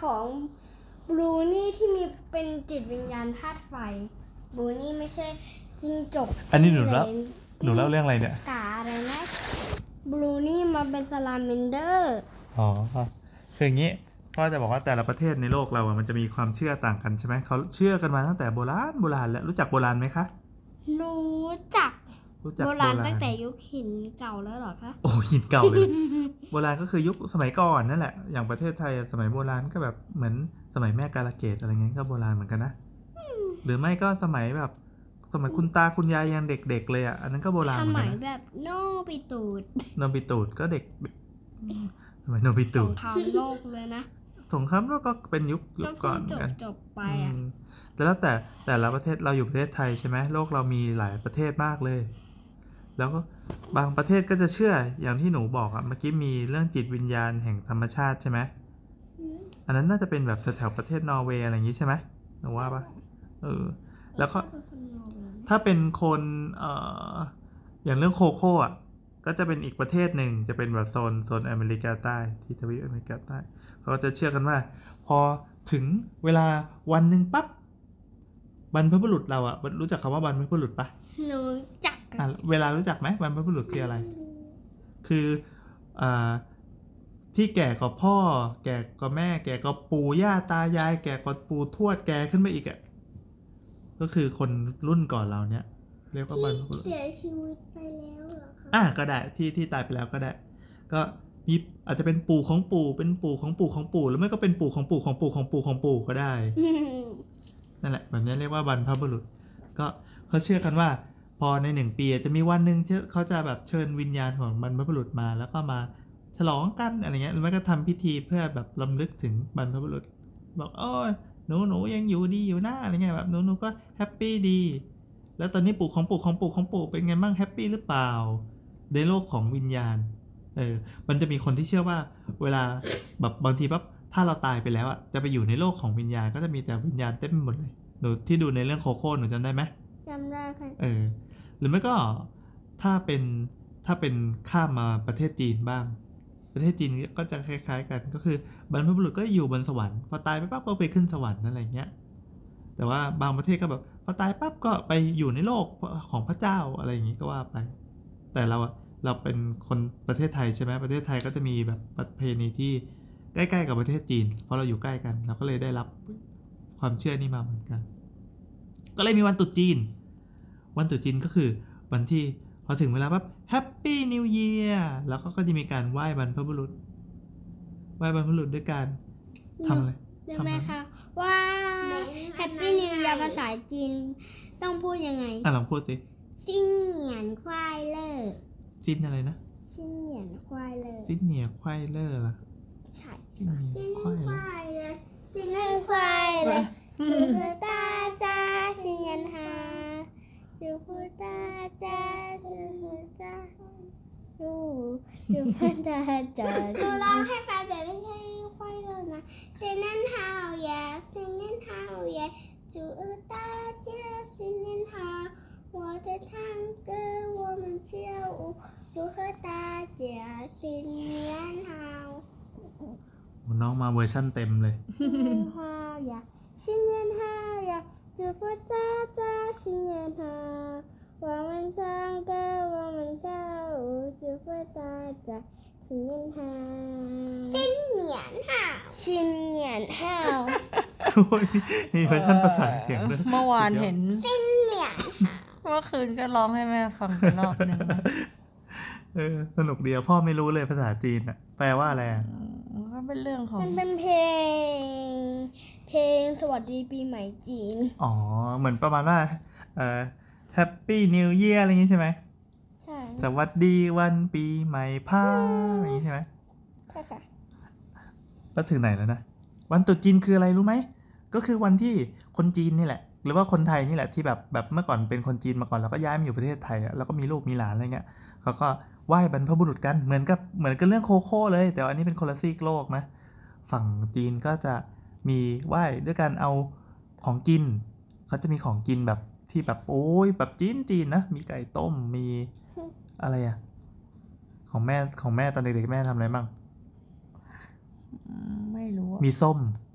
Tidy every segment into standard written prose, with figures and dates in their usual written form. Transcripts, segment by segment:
ของบลูนี่ที่มีเป็นจิตวิญญาณธาตุไฟบลูนี่ไม่ใช่จิ้งจกอันนี้หนูเล่าเรื่องอะไรเนี่ยกาอะไรนะบลูนี่มาเป็นซาลาเมนเดอร์อ๋อคืออย่างนี้ก็จะบอกว่าแต่ละประเทศในโลกเราอะมันจะมีความเชื่อต่างกันใช่ไหมเขาเชื่อกันมาตั้งแต่โบราณแล้วรู้จักโบราณไหมคะรู้จักโบราณตั้งแต่ยุคหินเก่าแล้วหรอคะโอ้หินเก่าเลยโบราณก็คือยุคสมัยก่อนนั่นแหละอย่างประเทศไทยสมัยโบราณก็แบบเหมือนสมัยแม่กาลเกตอะไรเงี้ยก็โบราณเหมือนกันนะหรือไม่ก็สมัยแบบสมัยคุณตาคุณยายยังเด็กๆเลยอ่ะอันนั้นก็โบราณเหมือนกันสมัยแบบโนบิตูดก็เด็กสมัยโนบิตูดสงครามโลกเลยนะสงครามโลกก็เป็นยุคก่อนกันจบไปอ่ะแล้วแต่ละประเทศเราอยู่ประเทศไทยใช่ไหมโลกเรามีหลายประเทศมากเลยแล้วก็บางประเทศก็จะเชื่ออย่างที่หนูบอกอะเมื่อกี้มีเรื่องจิตวิญญาณแห่งธรรมชาติใช่ไหมอันนั้นน่าจะเป็นแบบแถวประเทศนอร์เวย์อะไรอย่างนี้ใช่ไหมหนูว่าปะแล้วก็ถ้าเป็นคนอย่างเรื่องโคโค่อะก็จะเป็นอีกประเทศหนึ่งจะเป็นแบบโซนอเมริกาใต้ที่ทวีปอเมริกาใต้เขาก็จะเชื่อกันว่าพอถึงเวลาวันหนึ่งปั๊บบรรพบุรุษเราอะรู้จักคำว่าบรรพบุรุษปะรู้จักเวลารู้จักไหมบรรพบุรุษคืออะไรคือที่แก่กว่าพ่อแก่กว่าแม่แก่กว่าปู่ย่าตายายแก่กว่าปู่ทวดแก่ขึ้นไปอีกอะก็คือคนรุ่นก่อนเราเนี้ยเรียกว่าบรรพบุรุษเสียชีวิตไปแล้วเหรอคะก็ได้ที่ตายไปแล้วก็ได้ก็มีอาจจะเป็นปู่ของปู่เป็นปู่ของปู่ของปู่หรือไม่ก็เป็นปู่ของปู่ของปู่ของปู่ของปู่ก็ได้นั่นแหละแบบนี้เรียกว่าบรรพบุรุษก็เขาเชื่อกันว่าพอใน1 ปีจะมีวันหนึ่งที่เขาจะแบบเชิญวิญญาณของบรรพบุรุษมาแล้วก็มาฉลองกันอะไรเงี้ยหรือไม่ก็ทำพิธีเพื่อแบบรำลึกถึงบรรพบุรุษบอกโอ้หนูยังอยู่ดีอยู่หน้าอะไรเงี้ยแบบหนูก็แฮปปี้ดีแล้วตอนนี้ปู่ของปู่ของปู่ของปู่เป็นไงบ้างแฮปปี้หรือเปล่าในโลกของวิญญาณมันจะมีคนที่เชื่อว่าเวลาแบบบางทีปั๊บถ้าเราตายไปแล้วอ่ะจะไปอยู่ในโลกของวิญญาณก็จะมีแต่วิญญาณเต็มไปหมดเลยหนูที่ดูในเรื่องโคโค่หนูจำได้ไหมจำได้ค่ะหรือไม่ก็ถ้าเป็นข้ามมาประเทศจีนบ้างประเทศจีนก็จะคล้ายๆกันก็คือบรรพบุรุษก็อยู่บนสวรรค์พอตายไปปั๊บก็ไปขึ้นสวรรค์อะไรเงี้ยแต่ว่าบางประเทศก็แบบพอตายปั๊บก็ไปอยู่ในโลกของพระเจ้าอะไรอย่างงี้ก็ว่าไปแต่เราเป็นคนประเทศไทยใช่ไหมประเทศไทยก็จะมีแบบประเพณีที่ใกล้ๆกับประเทศจีนเพราะเราอยู่ใกล้กันเราก็เลยได้รับความเชื่อนี้มาเหมือนกันก็เลยมีวันตรุษจีนก็คือวันที่พอถึงเวลาปั๊บแฮปปี้นิวเยียร์แล้วก็จะมีการไหว้บรรพบุรุษด้วยการทำอะไรได้ไหมคะว่าแฮปปี้นิวเยียร์ภาษาจีนต้องพูดยังไงลองพูดสิซินเหนียนควายเล่อซินอะไรนะซินเหนียนควายเล่อซินเหนียนควายเล่อล่ะใช่ซินเหนียนควายเล่อซินเหนียนควายเล่อ祝福大家新年好祝福大家祝福大家หนูร้องให้ฟังแบบไม่ใช่ควายเล่อนะ新年好呀新年好呀祝大家新年好我的唱歌我们跳舞祝贺大家新年好น้องมาเวอร์ชั่นเต็มเลย新年好呀新年好呀祝福大家新年好我们唱歌我们跳舞祝福大家新年好新年好新年好มีเวอร์ชันประสานเสียงด้วยเมื่อวานเห็น新年好เมื่อคืนก็ร้องให้แม่ฟังรอบนึงสนุกดีพ่อไม่รู้เลยภาษาจีนอ่ะแปลว่าอะไรก็เป็นเรื่องของมันเป็นเพลงสวัสดีปีใหม่จีนเหมือนประมาณว่าแฮปปี้นิวเยียร์อะไรอย่างงี้ใช่ไหมใช่สวัสดีวันปีใหม่พาอย่างงี้ใช่ไหมใช่ค่ะแล้วถึงไหนแล้วนะวันตรุษจีนคืออะไรรู้ไหมก็คือวันที่คนจีนนี่แหละหรือว่าคนไทยนี่แหละที่แบบเมื่อก่อนเป็นคนจีนมาก่อนแล้วก็ย้ายมาอยู่ประเทศไทยแล้วก็มีลูกมีหลานอะไรเงี้ยเขาก็ไหว้บรรพบุรุษกันเหมือนกับเรื่องโคโค่เลยแต่อันนี้เป็นคนละซีกโลกนะฝั่งจีนก็จะมีไหว้ด้วยการเอาของกินเขาจะมีของกินแบบที่แบบโอ้ยแบบจีนนะมีไก่ต้มมีอะไรของแม่ตอนเด็กๆแม่ทำอะไรบ้างไม่รู้มีส้ม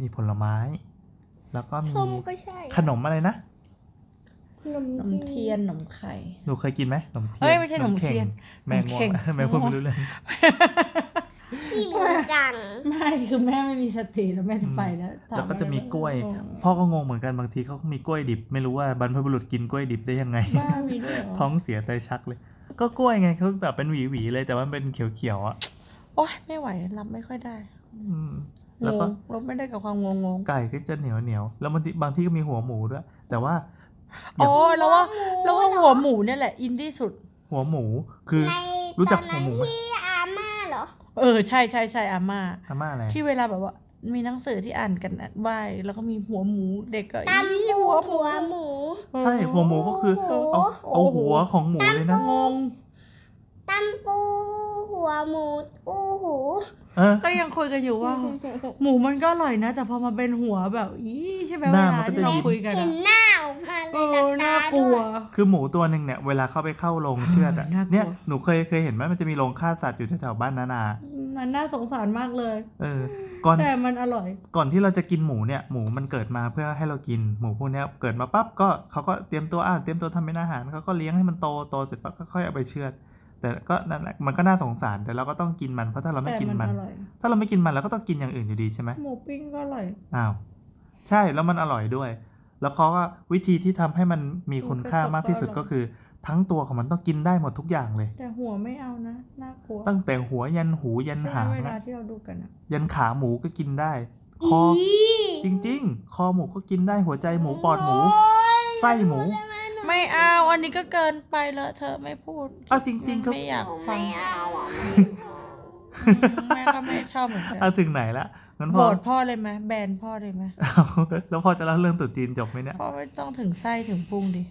มีผลไม้ แล้วก็มีส้มก็ใช่ขนมอะไรนะขนมขนมเทียนขนมไข่หนูเคยกินไหมขนมเทียนเฮ้ยไม่ใช่ขนมข่งเทียนแม่ง่วงขนมเข่งแม่พูดไม่รู้เรื่องที่รู้จังไม่คือแม่ไม่มีสติแล้วแม่จะไปแล้วถาแล้วก็จะมีกล้วยแม่พ่อก็งงเหมือนกันบางทีเขาก็มีกล้วยดิบ ไม่รู้ว่าบรรพบุรุษกินกล้วยดิบได้ยังไงบ้ามีด้วยเหรอท้องเสียไตชักเลย ก็กล้วยไงเขาแบบเป็นหวีๆเลยแต่ว่ามันเป็นเขียวๆอ่ะโอ๊ยไม่ไหวรับไม่ค่อยได้อืมแล้วก็งงรับไม่ได้กับความงงไก่ก็จะเหนียวแล้วบางที่ก็มีหัวหมูด้วย แต่ว่าๆอ๋อแล้วว่าหัวหมูเนี่ยแหละอินที่สุดหัวหมูคือในรู้จักตอนหันั้วนหมูไหมที่อาม่าเหรอใช่อาม่าอาม่าอะไรที่เวลาแบบว่ามีหนังสือที่อ่านกันอะไหวแล้วก็มีหัวหมูเด็กก็ตำอีปูหัวหมูหัวหมูใช่หัวหมูก็คือ เอาหัวของหมูเลยนะงงตำปูหัวหมูอู้หูเออก็ยังคุยกันอยู่ว่า หมูมันก็อร่อยนะ แต่พอมาเป็นหัวแบบอีใช่ไหมหเวน้าลามันก็จะที่เรายิ้มคุยกันเห็อะนหน้าออกมาเลเอยกับน่าตากลัวด้วยคือหมูตัวหนึ่งเนี่ยเวลาเข้าไปเข้าโรงเชือดอ่ะน่ากลัวเนี่ยหนูเคยเห็นไหมมันจะมีโรงฆ่าสัตว์อยู่แถวๆบ้านนานามันน่าสงสารมากเลยเออก่อนแต่มันอร่อยก่อนที่เราจะกินหมูเนี่ยหมูมันเกิดมาเพื่อให้เรากินหมูพวกเนี้ยเกิดมาปั๊บก็เขาก็เตรียมตัวทำเป็นอาหารเขาก็เลี้ยงให้มันโตเสร็จปั๊บก็ค่อยเอาไปเชือด แต่ก็นั่นแหละมันก็น่าสงสารแต่เราก็ต้องกินมันเพราะถ้าเราไม่แต่กินมันมันอร่อยถ้าเราไม่กินมันเราก็ต้องกินอย่างอื่นอยู่ดีใช่ไหมหมูปิ้งก็อร่อยอ้าวใช่แล้วมันอร่อยด้วย แล้วเขาก็วิธีที่ทำให้มันมีคุณค่ามากที่สุดก็คือ ทั้งตัวของมันต้องกินได้หมดทุกอย่างเลยแต่หัวไม่เอานะน่ากลัวตั้งแต่หัวยันหูยันใช่หางไหมเวลาอะที่เราดูกันอะยันขาหมูก็กินได้ คออีจริงๆ คอหมูก็กินได้หัวใจหมูปอดหมู ไส้หมูไม่เอาอันนี้ก็เกินไปแล้วเธอไม่พูดเอาจริงๆก็ไม่อยากฟัไม่งเอาอ่ะแม่ก็ไม่ชอบเหมือนกันเอาถึงไหนละงั้นโหพ่อวตพ่อเลยไหมแบนพ่อเลยไหมเอาแล้วพ่อจะเล่าเรื่องตรุ๊จีนจบไหมเนี่ยพ่อไม่ต้องถึงไส้ถึงพุงดิ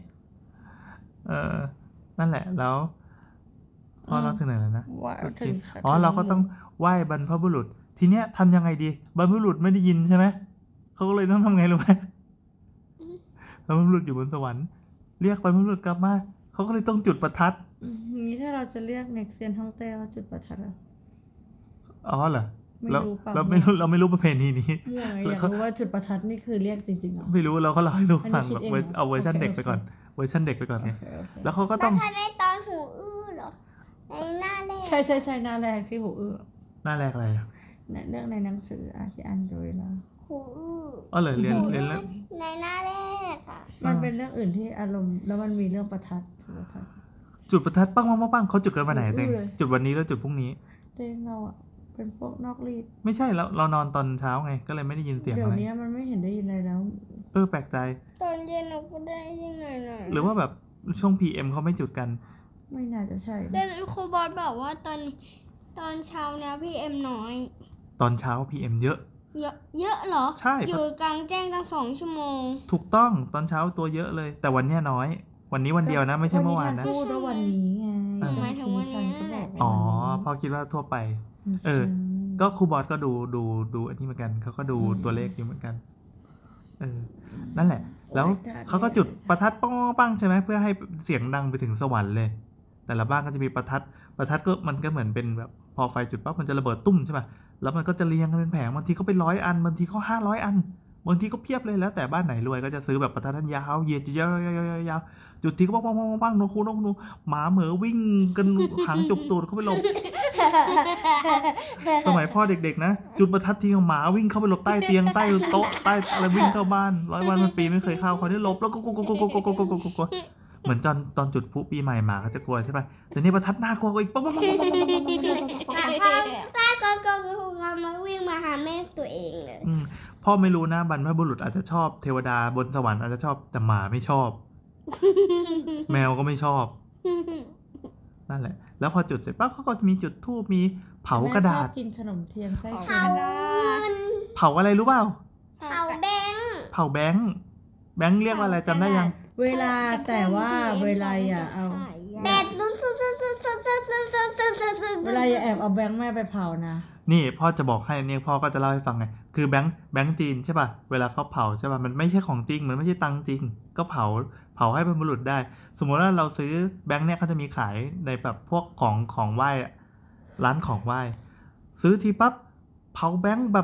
นั่นแหละแล้วพ่อเล่าถึงไหนแล้วนะว่าตรุ๊ถึจีงนอ๋อเราก็ต้องไหว้บรรพบุรุษ ทีเนี้ยทำยังไงดีบรรพบุรุษไม่ได้ยินใช่ไหมเขาก็เลยต้องทำไงรู้ไหมบรรพบุรุษอยู่บนสวรรค์เรียกบรรพบุรุษกลับมาเขาก็เลยต้องจุดประทัดนี้ถ้าเราจะเรียกเน็กเซียนฮ่องเต้ว่าจุดประทัดอะอ๋อเหรอไม่แล้วรู้เปล่าเราไม่รู้ประเพณีนี้มั่วไงอยากรู้ว่าจุดประทัดนี่คือเรียกจริงๆเหรอไม่รู้เราก็เล่าให้ลูกฟังอันนี้คิดแบบเองเหรอเอาเวอร์ชันโอเคเด็กไปก่อนโอเคเวอร์ชันเด็กไปก่อนไงโอเคแล้วเขาก็แล้ต้วองถ้าได้ตอนหูอื้อเหรอ ในหน้าแรกใช่หน้าแรกที่หูอื้อหน้าแรกอะไรอ่ะเนี่ยเรื่องในหนังสือที่อ่านโดยแล้วหูอื้ออ๋อเหรอเรียนหูเรียนอื้แล้อวในหน้าแรกอ่ะมันเป็นเรื่องอื่นที่อารมณ์แล้วมันมีเรื่องประทัดจุดประทัดจุดประทัดปังปังเขาจุดกันวันไหนอู้เต็งเลยจุดวันนี้แล้วจุดพรุ่งนี้เต้เราอะเป็นพวกนอกรีดไม่ใช่เรานอนตอนเช้าไงก็เลยไม่ได้ยินเสียงเดี๋ยอะวไรนี้มันไม่เห็นได้ยินอะไรแล้วแปลกใจตอนเย็นเราก็ได้ยังไงหน่อยหรือว่าแบบช่วง PM เขาไม่จุดกันไม่น่าจะใช่แต่ครูบอสบอกว่าตอนเช้าเนี้ยพี่เอ็มน้อยตอนเช้า PM เยอะเยอะเหรอใช่อยู่กลางแจ้งตั้ง2 ชั่วโมงถูกต้องตอนเช้าตัวเยอะเลย แต่วันเนี้ยน้อย วันนี้วันเดียวนะ ไม่ใช่เมื่อวานนะพูดว่าวันนี้ไงหมายถึงวันนี้ก็บอกอ๋อพอคิดว่าทั่วไป เออ ก็ครูบอสก็ดูอันนี้เหมือนกันเขาก็ดูตัวเลขอยู่เหมือนกัน นั่นแหละ แล้วเขาก็จุดประทัดปังใช่ไหมเพื่อให้เสียงดังไปถึงสวรรค์เลย แต่ละบ้านก็จะมีประทัดก็มันก็เหมือนเป็นแบบพอไฟจุดปั๊บมันจะระเบิดตุ้มใช่ป่ะแล้วมันก็จะเรียงกันเป็นแผงบางทีก็ไป100 อันบางทีก็500 อันบางทีก็เพียบเลยแล้วแต่บ้านไหนรวยก็จะซื้อแบบประทัดยาวเหยียดยาวจุดทีก็ปังนกคูหมาเหมือวิ่งกันหางจุกตูดเข้าไปหลบ สมัยพ่อเด็กๆนะจุดประทัดทีหมาวิ่งเข้าไปหลบใต้เตียงใต้โต๊ะใต้อะไรวิ่งเข้าบ้าน100 วันมันปีไม่เคยเข้าเขาได้หลบแล้วก็เหมือนตอนจุดพลุปีใหม่หมาก็จะกลัวใช่ป่ะแต่นี่ประทัดน่ากลัวกว่าอีกปังป้าก็มาวิ่งมาหาแม่ตัวเองเลยพ่อไม่รู้นะบรรพบุรุษอาจจะชอบเทวดาบนสวรรค์อาจจะชอบแต่หมาไม่ชอบ แมวก็ไม่ชอบนั่นแหละแล้วพอจุดเสร็จปั๊บเขาก็มีจุดธูปมีเผากระดาษแม่ชอบกินขนมเทียนไส้เผาเค็มเงินเผาอะไรรู้เปล่าเผาแบงค์เผาแบงค์เรียกว่าอะไรจำได้ยังเวลาแต่ว่าเวลาอย่าเอาแบดซุนเวลาอย่าแอบเอาแบงค์แม่ไปเผานะนี่พ่อจะบอกให้เนี่ยพ่อก็จะเล่าให้ฟังไงคือแบงค์จีนใช่ป่ะเวลาเขาเผาใช่ป่ะมันไม่ใช่ของจริงมันไม่ใช่ตังค์จริงก็เผาให้บรรพบุรุษได้ สมมติว่าเราซื้อแบงค์เนี่ยเขาจะมีขายในแบบพวกของไหว้ร้านของไหว้ซื้อทีปั๊บเผาแบงค์แบบ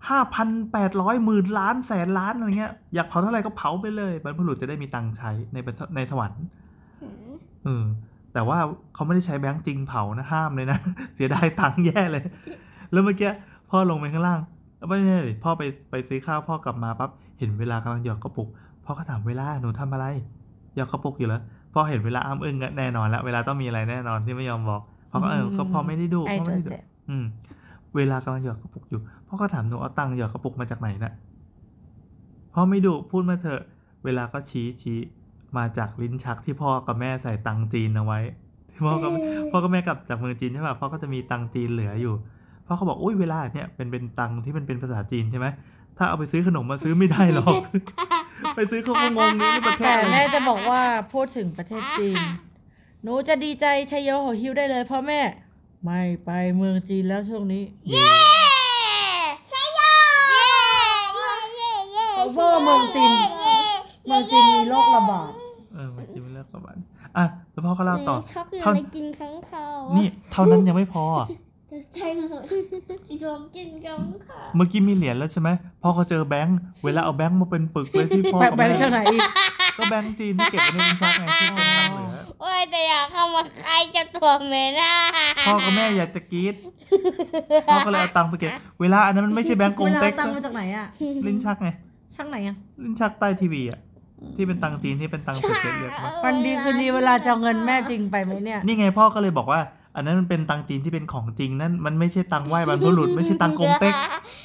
5,800,000,000,000,000,000,000,000,000อะไรเงี้ยอยากเผาเท่าไหร่ก็เผาไปเลยบรรพบุรุษจะได้มีตังค์ใช้ในสวรรค์แต่ว่าเขาไม่ได้ใช้แบงค์จริงเผานะห้ามเลยนะ เสียดายตังค์แย่เลย แล้วเมื่อกี้พ่อลงไปข้างล่างไม่ใช่ดิพ่อไปซื้อข้าวพ่อกลับมาปั๊บเห็นเวลากำลังหยอดกระปุกพ่อก็ถามเวลาหนูทำอะไรหยอดกระปุกอยู่แล้วพ่อเห็นเวลาอ้ำอึ้งแน่นอนแล้วเวลาต้องมีอะไรแน่นอนที่ไม่ยอมบอกพ่อก็ก็พ่อไม่ได้ดูไอ้พ่อตัไม่วได้ดูแสบเวลากำลังหยอดกระปุกอยู่พ่อก็ถามหนูเอาตังค์หยอดกระปุกมาจากไหนนะพ่อไม่ดุพูดมาเถอะเวลาก็ชี้มาจากลิ้นชักที่พ่อกับแม่ใส่ตังค์จีนเอาไว้ที่พ่อกับแม่กลับจากเมืองจีนใช่ป่ะพ่อก็จะมีตังค์จีนเหลืออยู่พ่อเขาบอกอุ้ยเวลาเนี่ยเป็นตังค์ที่มันเป็นภาษาจีนใช่ไหมถ้าเอาไปซื้อขนมมาซื้อไม่ได้หรอก ไปซื้อเขาก็งงนี่ประเทศแต่อะไรแม่จะบอกว่าพูดถึงประเทศจีนหนูจะดีใจชัยโยโหฮิวได้เลยเพราะแม่ไม่ไปเมืองจีนแล้วช่วงนี้เย้ใช่โยเย้เพราะว่าเมืองจีนมีโรคระบาดมันกินไม่เลิกกับมันแล้วพ่อก็เล่าต่อชอบกินอะไรกินข้างเขานี่เท่านั้นยังไม่พอใช่หมดชอบกินข้างเขาเมื่อกี้มีเหรียญแล้วใช่ไหมพ่อก็เจอแบงค์เวลาเอาแบงค์มาเป็นปึกเลยที่พ่อกับแบแม่งค์จากไหนอีกก็แบงค์จีนที่เก็บไว้ในลิ้นชักไงที่เป็นตังค์เหลือโอ้ยแต่อยากเข้ามาใครจะตัวเมน่าพ่อกับแม่อยากจะกรี๊ดพ่อก็เลยเอาตังค์ไปเก็บเวลาอันนั้นมันไม่ใช่แบงค์กงเวลาเต็กตังค์นะมาจากไหนอ่ะลิ้นชักไงช่างไหนอ่ะลิ้นชักใต้ทีวีที่เป็นตังค์จีนที่เป็นตังค์เศษเรียกมาวันดีคืนดีเวลาจะเอาเงินแม่จริงไปไหมเนี่ยนี่ไงพ่อก็เลยบอกว่า อันนั้นมันเป็นตังค์จีนที่เป็นของจริงนั่นมันไม่ใช่ตังค์ไหว้บรรพบุรุษไม่ใช่ตังค์กงเต็ก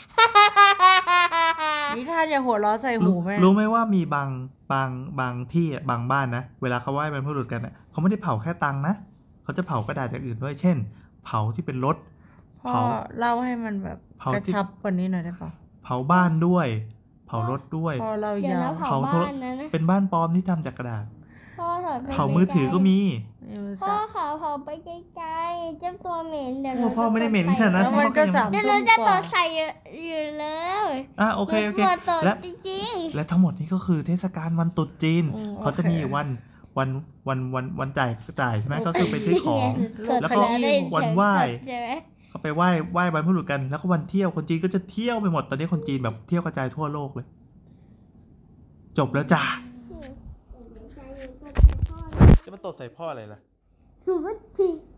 นิทานอย่าหัวเราะใส่หูแม่รู้ไหมว่ามีบางที่บางบ้านนะเวลาเขาไหว้บรรพบุรุษกันเขาไม่ได้เผาแค่ตังค์นะเขาจะเผากระดาษอย่างอื่นด้วยเช่น เผาที่เป็นรถพ่อเล่าให้มันแบบกระชับกว่านี้หน่อยได้ปะเผาบ้านด้วยเผารถด้วยพ่อเราเดี๋ยวยานะวเผาบ้านนะเป็นบ้านปลอมที่ทำจากกระดาษพ่อถอยไปเผามือถือก็มีพ่อเผาไปไกลๆเจ้าตัวเหม็นเดี๋ยวโอ้พ่อไม่ได้เหม็นขนาดนั้นแล้วมันก็สามเดี๋ยวหทุ่นูมจะกตว่าดใส่อยู่เลยโอเคตัวตดและจริงและทั้งหมดนี้ก็คือเทศกาลวันตรุษจีนอืมเขาจะมีโอเควันจ่ายใช่ไหมก็คือไปซื้อของตดแล้วก็ได้วันไหว้ใช่ไหมก็ไปไหว้บรรพบุรุษกันแล้วก็วันเที่ยวคนจีนก็จะเที่ยวไปหมดตอนนี้คนจีนแบบเที่ยวกระจายทั่วโลกเลย จบแล้วจ้าจะมาตดใส่พ่ออะไรล่ะถือว่าผิด